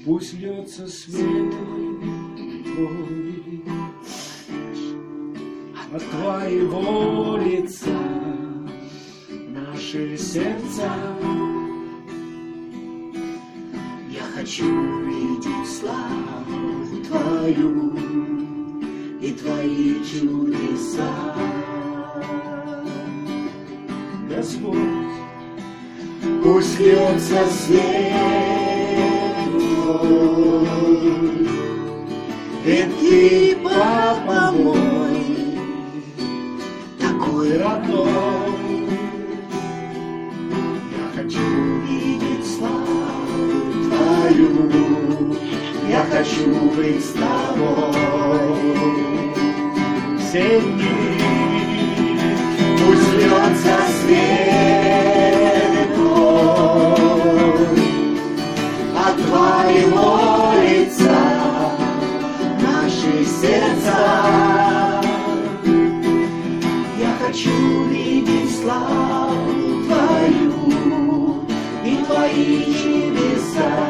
Пусть льется свет Твой от Твоего лица наши сердца. Я хочу видеть славу Твою и Твои чудеса. Господь, пусть льется свет Твой, ведь Ты, Папа мой, такой родной. Я хочу видеть славу Твою, я хочу быть с Тобой все дни. Пусть льется свет Твой от Твоего лица наши сердца. Я хочу видеть славу Твою и Твои чудеса.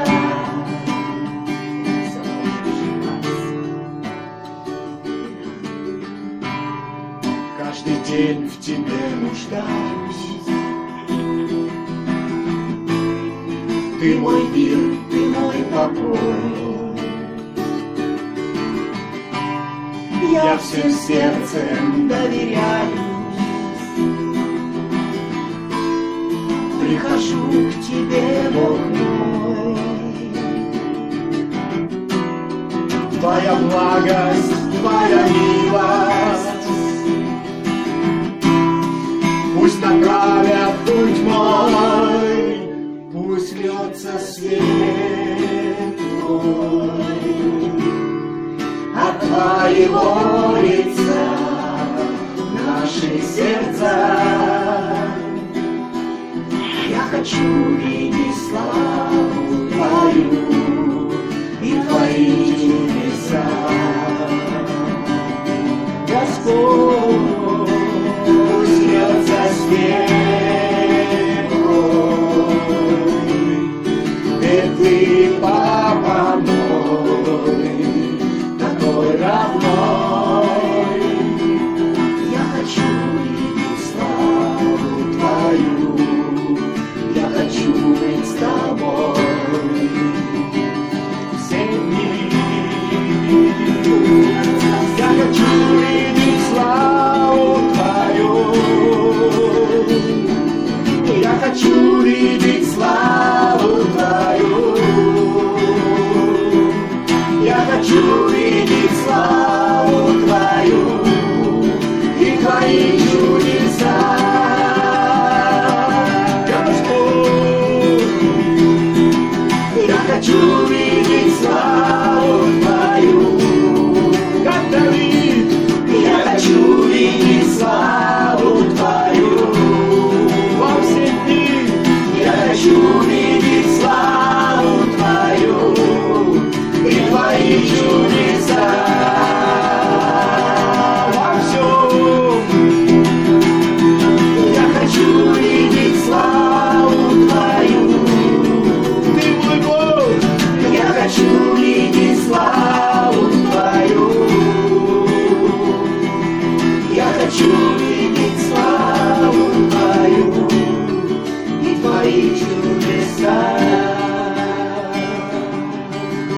Каждый день в Тебе нуждаюсь. Ты мой мир, Ты мой покой. Я всем сердцем доверяюсь. Прихожу к Тебе, Бог мой. Твоя благость, Твоя милость пусть направят путь мой, пусть льется свет Твой от Твоего лица наши сердца. Я хочу видеть славу Твою и Твои чудеса. Господь, пусть льется свет Твой, ведь Ты, Папа мой, такой родной. Я хочу видеть славу Твою, я хочу быть с Тобой все дни. Я хочу видеть славу Твою. Я хочу видеть славу Твою. Я хочу видеть славу Твою и Твои чудеса. Господь, Я хочу видеть